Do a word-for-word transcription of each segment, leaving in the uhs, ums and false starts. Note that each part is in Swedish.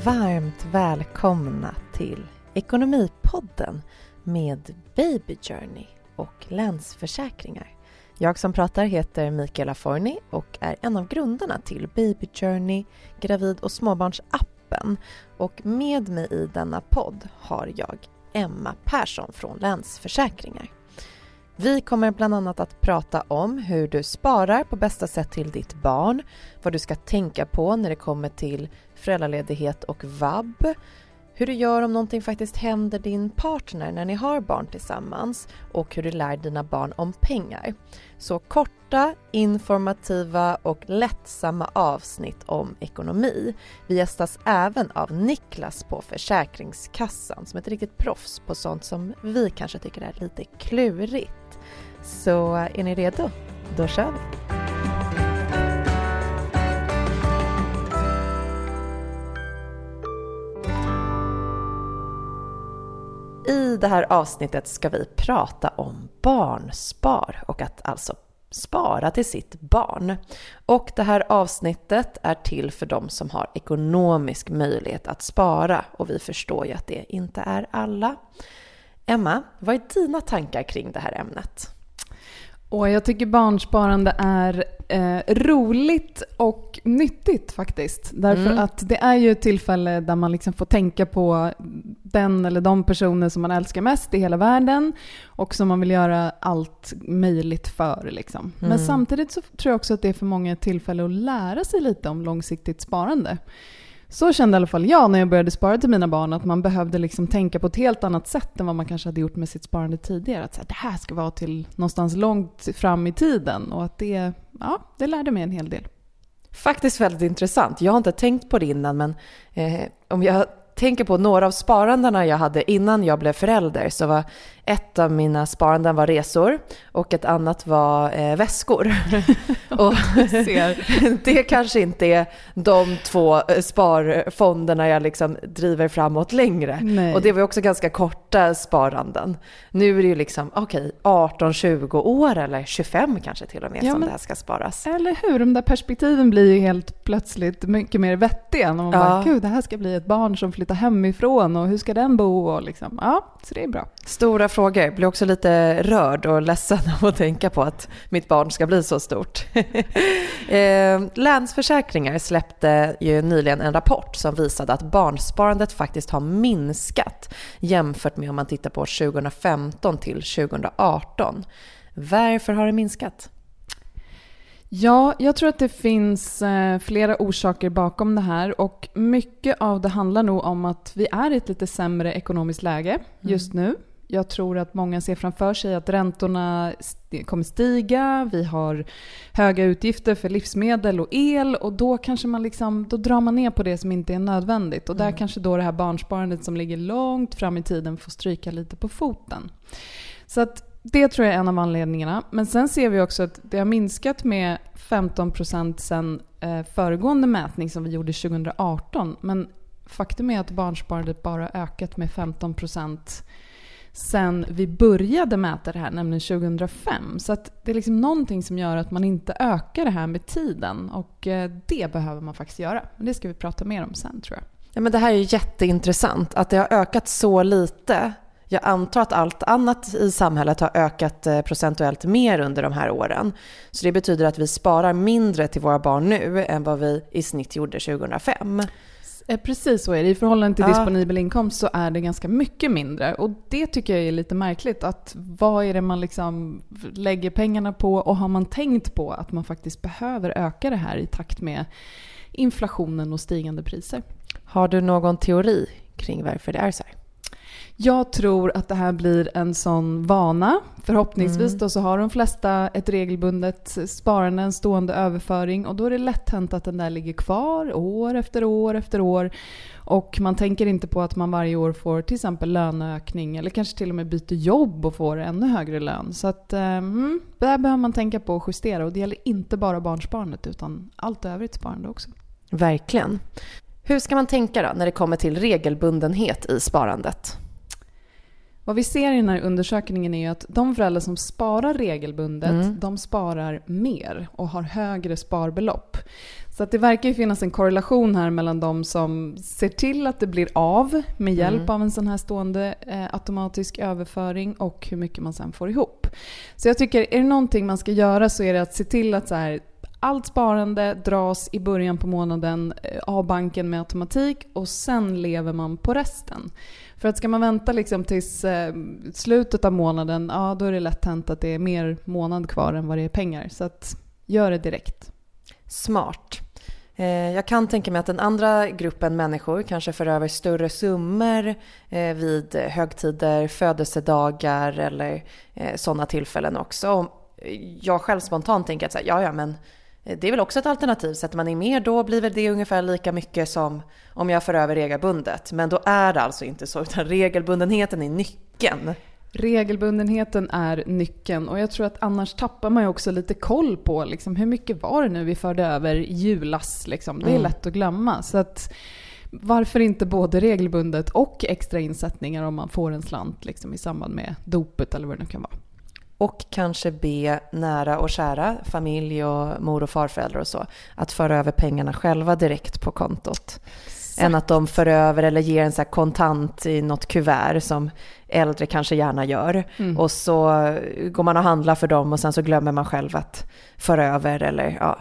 Varmt välkomna till Ekonomipodden med Baby Journey och Länsförsäkringar. Jag som pratar heter Mikaela Forni och är en av grundarna till Baby Journey, gravid- och småbarnsappen. Och med mig i denna podd har jag Emma Persson från Länsförsäkringar. Vi kommer bland annat att prata om hur du sparar på bästa sätt till ditt barn, vad du ska tänka på när det kommer till föräldraledighet och vab, hur du gör om någonting faktiskt händer din partner när ni har barn tillsammans och hur du lär dina barn om pengar. Så korta, informativa och lättsamma avsnitt om ekonomi. Vi gästas även av Niklas på Försäkringskassan som är ett riktigt proffs på sånt som vi kanske tycker är lite klurigt. Så är ni redo? Då kör vi! I det här avsnittet ska vi prata om barnspar och att alltså spara till sitt barn. Och det här avsnittet är till för de som har ekonomisk möjlighet att spara och vi förstår ju att det inte är alla. Emma, vad är dina tankar kring det här ämnet? Och jag tycker barnsparande är eh, roligt och nyttigt faktiskt. Därför mm. att det är ju ett tillfälle där man liksom får tänka på den eller de personer som man älskar mest i hela världen och som man vill göra allt möjligt för. Liksom. Mm. Men samtidigt så tror jag också att det är för många ett tillfälle att lära sig lite om långsiktigt sparande. Så kände i alla fall jag när jag började spara till mina barn, att man behövde liksom tänka på ett helt annat sätt än vad man kanske hade gjort med sitt sparande tidigare. Att så här, det här ska vara till någonstans långt fram i tiden och att det, ja, det lärde mig en hel del. Faktiskt väldigt intressant. Jag har inte tänkt på det innan, men eh, om jag tänker på några av sparandena jag hade innan jag blev förälder, så var ett av mina sparanden var resor och ett annat var eh, väskor. Och det kanske inte är de två sparfonderna jag liksom driver framåt längre. Nej. Och det var också ganska korta sparanden. Nu är det ju liksom okej, okay, arton tjugo år eller tjugofem kanske till och med ja, som men, det här ska sparas. Eller hur? De där perspektiven blir ju helt plötsligt mycket mer vettiga. När man ja. bara, gud, det här ska bli ett barn som flyttar hemifrån och hur ska den bo? Och liksom, ja, så det är bra. Stora frågor. Jag blir också lite rörd och ledsen av att tänka på att mitt barn ska bli så stort. eh, Länsförsäkringar släppte ju nyligen en rapport som visade att barnsparandet faktiskt har minskat jämfört med om man tittar på tjugohundrafemton till tjugohundraarton. Varför har det minskat? Ja, jag tror att det finns eh, flera orsaker bakom det här och mycket av det handlar nog om att vi är i ett lite sämre ekonomiskt läge just mm. nu. Jag tror att många ser framför sig att räntorna st- kommer stiga, vi har höga utgifter för livsmedel och el och då kanske man liksom, då drar man ner på det som inte är nödvändigt och där mm. kanske då det här barnsparandet som ligger långt fram i tiden får stryka lite på foten. Så att det tror jag är en av anledningarna. Men sen ser vi också att det har minskat med femton procent sedan eh, föregående mätning som vi gjorde tjugohundraarton. Men faktum är att barnsparandet bara ökat med femton procent sen vi började mäta det här, nämligen tjugohundrafem. Så att det är liksom någonting som gör att man inte ökar det här med tiden. Och eh, det behöver man faktiskt göra. Det ska vi prata mer om sen, tror jag. Ja, men det här är ju jätteintressant. Att det har ökat så lite. Jag antar att allt annat i samhället har ökat procentuellt mer under de här åren. Så det betyder att vi sparar mindre till våra barn nu än vad vi i snitt gjorde tjugohundrafem. Precis så är det. I förhållande till ja. disponibel inkomst så är det ganska mycket mindre. Och det tycker jag är lite märkligt. Att vad är det man liksom lägger pengarna på och har man tänkt på att man faktiskt behöver öka det här i takt med inflationen och stigande priser? Har du någon teori kring varför det är så här? Jag tror att det här blir en sån vana. Förhoppningsvis mm. då så har de flesta ett regelbundet sparande, en stående överföring. Och då är det lätt hänt att den där ligger kvar år efter år efter år. Och man tänker inte på att man varje år får till exempel löneökning. Eller kanske till och med byter jobb och får ännu högre lön. Så att mm, där behöver man tänka på att justera. Och det gäller inte bara barnsparandet utan allt övrigt sparande också. Verkligen. Hur ska man tänka då när det kommer till regelbundenhet i sparandet? Vad vi ser i den här undersökningen är ju att de föräldrar som sparar regelbundet, mm. de sparar mer och har högre sparbelopp. Så att det verkar ju finnas en korrelation här mellan de som ser till att det blir av med hjälp mm. av en sån här stående eh, automatisk överföring och hur mycket man sen får ihop. Så jag tycker, är det någonting man ska göra så är det att se till att så här, allt sparande dras i början på månaden av banken med automatik och sen lever man på resten. För att ska man vänta liksom tills eh, slutet av månaden, ja då är det lätt hänt att det är mer månad kvar än vad det är pengar. Så att gör det direkt. Smart. Eh, jag kan tänka mig att den andra gruppen människor kanske för över större summor eh, vid högtider, födelsedagar eller eh, sådana tillfällen också. Jag själv spontant tänker att så här, ja, ja men det är väl också ett alternativ. Sätter man in mer då blir väl det ungefär lika mycket som om jag för över regelbundet. Men då är det alltså inte så, utan regelbundenheten är nyckeln. Regelbundenheten är nyckeln och jag tror att annars tappar man ju också lite koll på liksom, hur mycket var det nu vi förde över i julas. Liksom. Det är mm. lätt att glömma. Så att, varför inte både regelbundet och extra insättningar om man får en slant liksom, i samband med dopet eller vad det nu kan vara. Och kanske be nära och kära, familj och mor- och farföräldrar och så, att föra över pengarna själva direkt på kontot. Exakt. Än att de för över eller ger en så här kontant i något kuvert som äldre kanske gärna gör. Mm. Och så går man och handlar för dem och sen så glömmer man själv att föra över eller ja,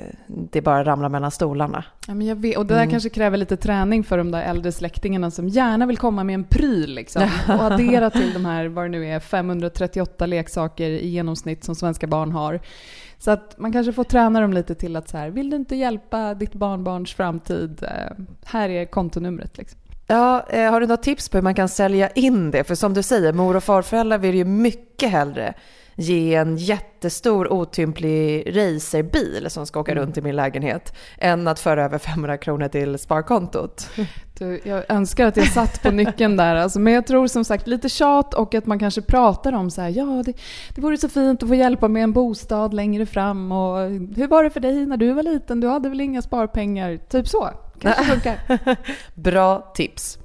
det bara ramlar mellan stolarna. Ja, men jag vet, och det där mm. kanske kräver lite träning för de där äldre släktingarna som gärna vill komma med en pryl liksom, och addera till de här, vad det nu är, femhundratrettioåtta leksaker i genomsnitt som svenska barn har. Så att man kanske får träna dem lite till att så här, vill du inte hjälpa ditt barnbarns framtid? Här är kontonumret liksom. Ja, eh, har du något tips på hur man kan sälja in det? För som du säger, mor- och farföräldrar vill ju mycket hellre ge en jättestor otymplig racerbil som ska åka mm. runt i min lägenhet än att föra över femhundra kronor till sparkontot. Du, jag önskar att jag satt på nyckeln där. Alltså, men jag tror som sagt lite tjat och att man kanske pratar om så här, ja det, det vore så fint att få hjälpa med en bostad längre fram och hur var det för dig när du var liten? Du hade väl inga sparpengar? Typ så. Kanske funkar. Bra tips.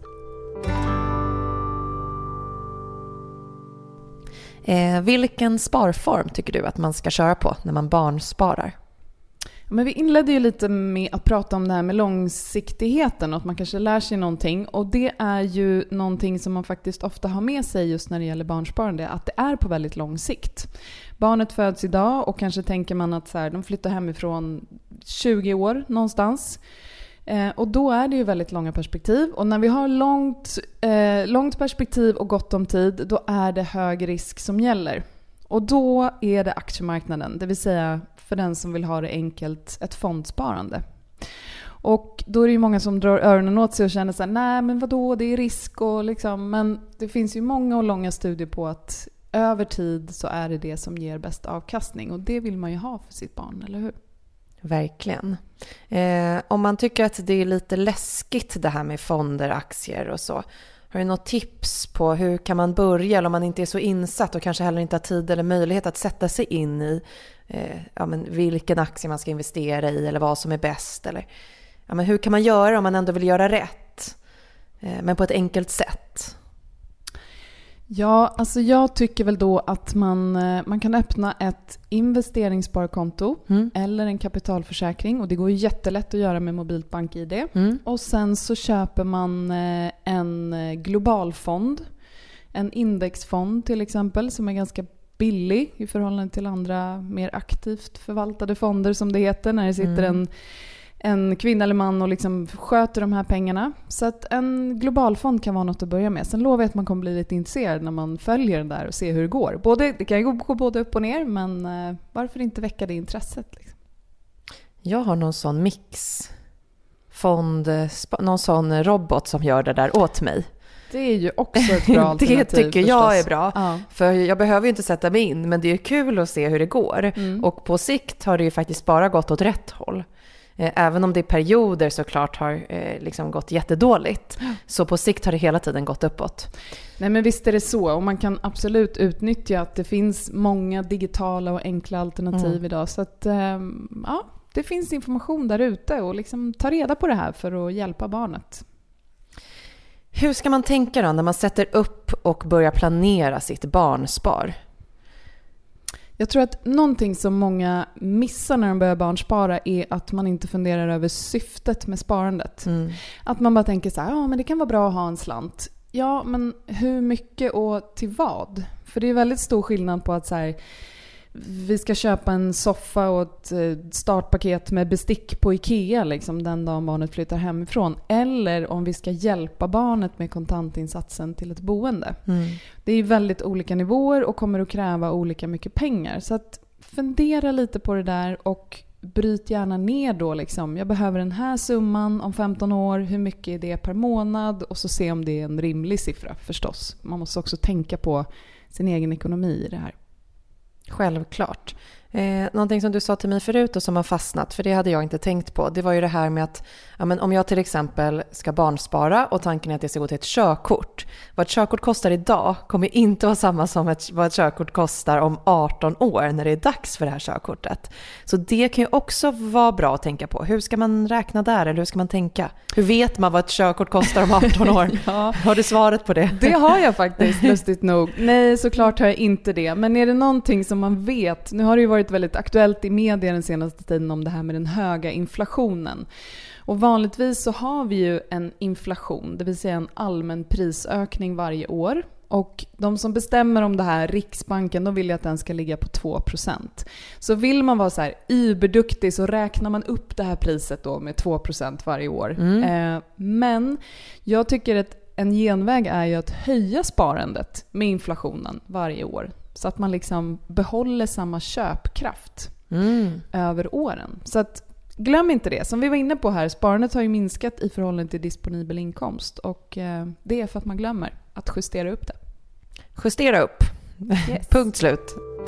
Eh, vilken sparform tycker du att man ska köra på när man barnsparar? Men vi inledde ju lite med att prata om det här med långsiktigheten och att man kanske lär sig någonting. Och det är ju någonting som man faktiskt ofta har med sig just när det gäller barnsparande, att det är på väldigt lång sikt. Barnet föds idag och kanske tänker man att så här, de flyttar hemifrån tjugo år någonstans. Eh, och då är det ju väldigt långa perspektiv. Och när vi har långt, eh, långt perspektiv och gott om tid, då är det hög risk som gäller. Och då är det aktiemarknaden, det vill säga för den som vill ha det enkelt, ett fondsparande. Och då är det ju många som drar öronen åt sig och känner så här, nej men vadå, det är risk och liksom. Men det finns ju många och långa studier på att över tid så är det det som ger bäst avkastning. Och det vill man ju ha för sitt barn, eller hur? Verkligen. Eh, om man tycker att det är lite läskigt det här med fonder, aktier och så. Har du något tips på hur kan man börja, eller om man inte är så insatt och kanske heller inte har tid eller möjlighet att sätta sig in i eh, ja, men vilken aktie man ska investera i eller vad som är bäst? Eller, ja, men hur kan man göra om man ändå vill göra rätt eh, men på ett enkelt sätt? Ja, alltså jag tycker väl då att man, man kan öppna ett investeringssparkonto mm. eller en kapitalförsäkring. Och det går ju jättelätt att göra med mobilt bank-I D. Mm. Och sen så köper man en global fond, en indexfond till exempel, som är ganska billig i förhållande till andra mer aktivt förvaltade fonder som det heter, när det sitter mm. en en kvinna eller man och liksom sköter de här pengarna. Så att en globalfond kan vara något att börja med. Sen lovar jag att man kommer bli lite intresserad när man följer den där och ser hur det går. Både, det kan ju gå både upp och ner, men eh, varför inte väcka det intresset? Liksom? Jag har någon sån mixfond, någon sån robot som gör det där åt mig. Det är ju också ett bra alternativ. Det tycker förstås. Jag är bra. Ja. För jag behöver ju inte sätta mig in, men det är ju kul att se hur det går. Mm. Och på sikt har det ju faktiskt bara gått åt rätt håll. Även om det i perioder såklart har eh, liksom gått jättedåligt. Så på sikt har det hela tiden gått uppåt. Nej, men visst är det så. Och man kan absolut utnyttja att det finns många digitala och enkla alternativ mm. idag. Så att eh, ja, det finns information där ute. Och liksom ta reda på det här för att hjälpa barnet. Hur ska man tänka då när man sätter upp och börjar planera sitt barnspar? Jag tror att någonting som många missar när de börjar barnspara är att man inte funderar över syftet med sparandet. Mm. Att man bara tänker så här, ja men det kan vara bra att ha en slant. Ja, men hur mycket och till vad? För det är väldigt stor skillnad på att så här, vi ska köpa en soffa och ett startpaket med bestick på Ikea liksom, den dagen barnet flyttar hemifrån. Eller om vi ska hjälpa barnet med kontantinsatsen till ett boende. Mm. Det är väldigt olika nivåer och kommer att kräva olika mycket pengar. Så att fundera lite på det där och bryt gärna ner då. Liksom. Jag behöver den här summan om femton år. Hur mycket är det per månad? Och så se om det är en rimlig siffra förstås. Man måste också tänka på sin egen ekonomi i det här. Självklart. Eh, någonting som du sa till mig förut och som har fastnat, för det hade jag inte tänkt på, det var ju det här med att ja, men om jag till exempel ska barnspara och tanken är att jag ska gå till ett körkort. Vad ett körkort kostar idag kommer inte vara samma som ett, vad ett körkort kostar om arton år när det är dags för det här körkortet. Så det kan ju också vara bra att tänka på. Hur ska man räkna där eller hur ska man tänka? Hur vet man vad ett körkort kostar om arton år? Ja. Har du svaret på det? Det har jag faktiskt, lustigt nog. Nej, såklart har jag inte det. Men är det någonting som man vet, nu har det ju varit väldigt aktuellt i media den senaste tiden om det här med den höga inflationen. Och vanligtvis så har vi ju en inflation, det vill säga en allmän prisökning varje år. Och de som bestämmer om det här, Riksbanken, de vill ju att den ska ligga på två procent. Så vill man vara så här überduktig så räknar man upp det här priset då med två procent varje år. Mm. Eh, men jag tycker att en genväg är ju att höja sparandet med inflationen varje år. Så att man liksom behåller samma köpkraft mm. över åren. Så att glöm inte det. Som vi var inne på här, sparandet har ju minskat i förhållande till disponibel inkomst. Och eh, det är för att man glömmer att justera upp det. Justera upp. Yes. Punkt slut.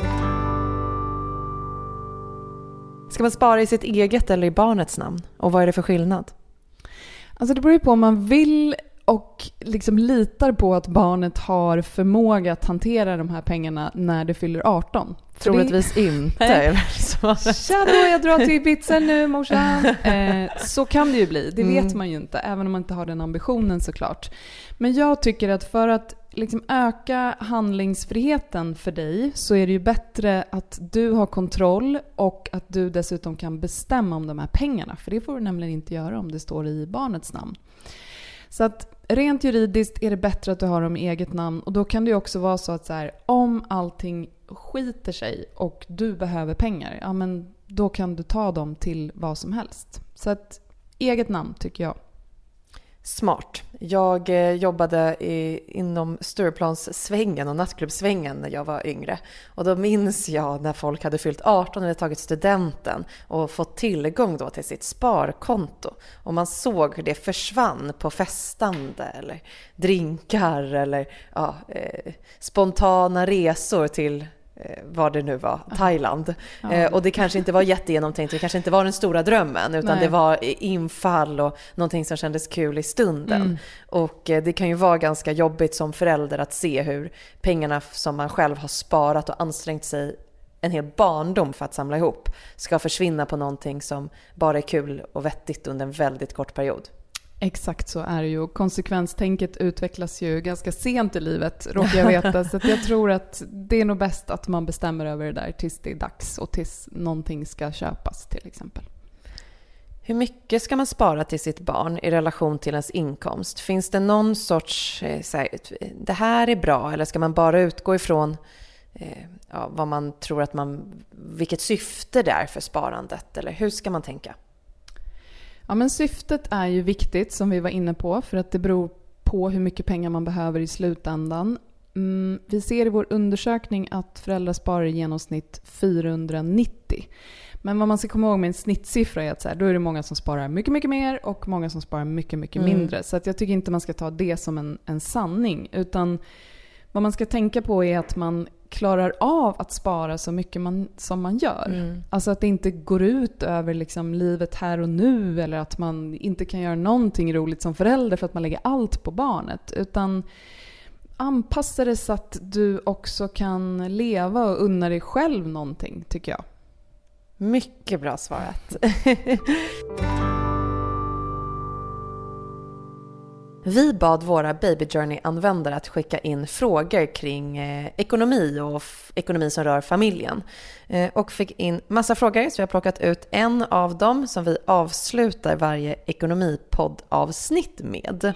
Ska man spara i sitt eget eller i barnets namn? Och vad är det för skillnad? Alltså det beror ju på om man vill och liksom litar på att barnet har förmåga att hantera de här pengarna när det fyller arton. Troligtvis det... inte. Tja då, jag drar till pizzan nu, morsan. Eh, så kan det ju bli. Det vet mm. man ju inte, även om man inte har den ambitionen såklart. Men jag tycker att för att liksom öka handlingsfriheten för dig så är det ju bättre att du har kontroll och att du dessutom kan bestämma om de här pengarna. För det får du nämligen inte göra om det står i barnets namn. Så att rent juridiskt är det bättre att du har dem i eget namn. Och då kan det ju också vara så att så här, om allting skiter sig och du behöver pengar, ja men då kan du ta dem till vad som helst. Så att eget namn tycker jag. Smart. Jag eh, jobbade i, inom Stureplanssvängen och nattklubbsvängen när jag var yngre. Och då minns jag när folk hade fyllt arton och hade tagit studenten och fått tillgång då till sitt sparkonto. Och man såg hur det försvann på festande eller drinkar eller ja, eh, spontana resor till vad det nu var, Thailand. Ja. Eh, och det kanske inte var jättegenomtänkt, det kanske inte var den stora drömmen, utan Nej. det var infall och någonting som kändes kul i stunden. Mm. Och eh, det kan ju vara ganska jobbigt som förälder att se hur pengarna som man själv har sparat och ansträngt sig en hel barndom för att samla ihop ska försvinna på någonting som bara är kul och vettigt under en väldigt kort period. Exakt så är det ju. Konsekvenstänket utvecklas ju ganska sent i livet, råkar jag veta. Så att jag tror att det är nog bäst att man bestämmer över det där tills det är dags och tills någonting ska köpas till exempel. Hur mycket ska man spara till sitt barn i relation till ens inkomst? Finns det någon sorts, så här, det här är bra, eller ska man bara utgå ifrån eh, ja, vad man tror att man, vilket syfte det är för sparandet, eller hur ska man tänka? Ja, men syftet är ju viktigt som vi var inne på, för att det beror på hur mycket pengar man behöver i slutändan. Mm, vi ser i vår undersökning att föräldrar sparar i genomsnitt fyrahundranittio. Men vad man ska komma ihåg med en snittsiffra är att så här, då är det många som sparar mycket, mycket mer och många som sparar mycket, mycket mm. mindre. Så att jag tycker inte man ska ta det som en, en sanning, utan vad man ska tänka på är att man klarar av att spara så mycket man, som man gör. Mm. Alltså att det inte går ut över liksom livet här och nu, eller att man inte kan göra någonting roligt som förälder för att man lägger allt på barnet. Utan anpassa det så att du också kan leva och unna dig själv någonting, tycker jag. Mycket bra svarat. Vi bad våra Baby Journey-användare att skicka in frågor kring eh, ekonomi och f- ekonomi som rör familjen. Eh, och fick in massa frågor, så vi har plockat ut en av dem som vi avslutar varje ekonomipodd-avsnitt med.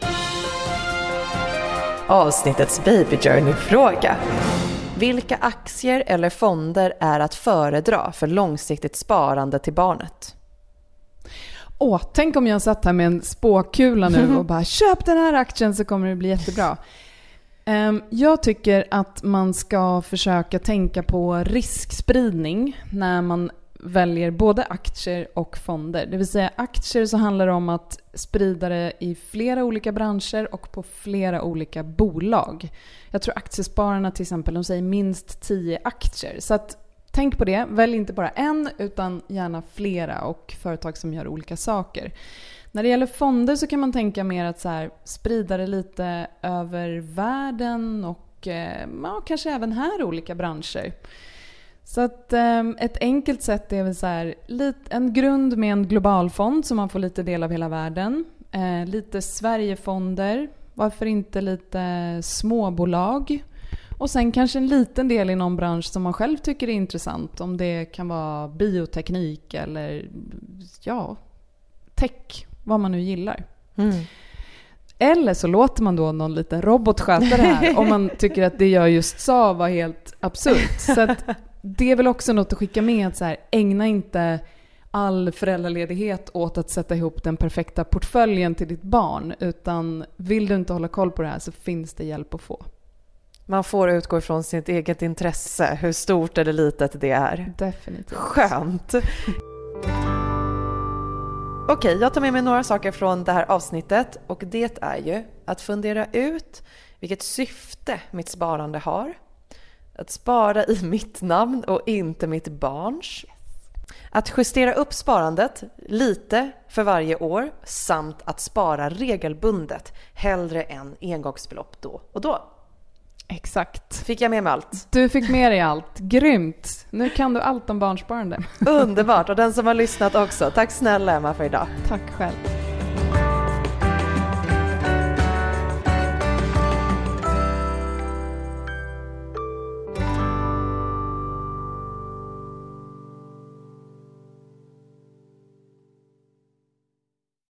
Avsnittets Baby Journey-fråga. Vilka aktier eller fonder är att föredra för långsiktigt sparande till barnet? Åh, tänk om jag satt här med en spåkula nu och bara köp den här aktien så kommer det bli jättebra. Um, jag tycker att man ska försöka tänka på riskspridning när man väljer både aktier och fonder. Det vill säga aktier så handlar det om att sprida det i flera olika branscher och på flera olika bolag. Jag tror aktiespararna till exempel, de säger minst tio aktier. Så att tänk på det, välj inte bara en utan gärna flera och företag som gör olika saker. När det gäller fonder så kan man tänka mer att så här, sprida det lite över världen och eh, ja, kanske även här olika branscher. Så att eh, ett enkelt sätt är väl så här, lite, en grund med en globalfond så man får lite del av hela världen. Eh, lite Sverigefonder, varför inte lite småbolag. Och sen kanske en liten del i någon bransch som man själv tycker är intressant. Om det kan vara bioteknik eller ja, tech, vad man nu gillar. Mm. Eller så låter man då någon liten robot sköta det här om man tycker att det jag just sa var helt absurt. Så att det är väl också något att skicka med att så här, ägna inte all föräldraledighet åt att sätta ihop den perfekta portföljen till ditt barn. Utan vill du inte hålla koll på det här så finns det hjälp att få. Man får utgå ifrån sitt eget intresse, hur stort eller litet det är. Definitivt. Skönt. Okej, jag tar med mig några saker från det här avsnittet och det är ju att fundera ut vilket syfte mitt sparande har. Att spara i mitt namn och inte mitt barns. Att justera upp sparandet lite för varje år samt att spara regelbundet hellre än engångsbelopp då och då. Exakt. Fick jag med mig allt? Du fick med dig allt. Grymt. Nu kan du allt om barnsparande. Underbart. Och den som har lyssnat också. Tack snälla Emma för idag. Tack själv.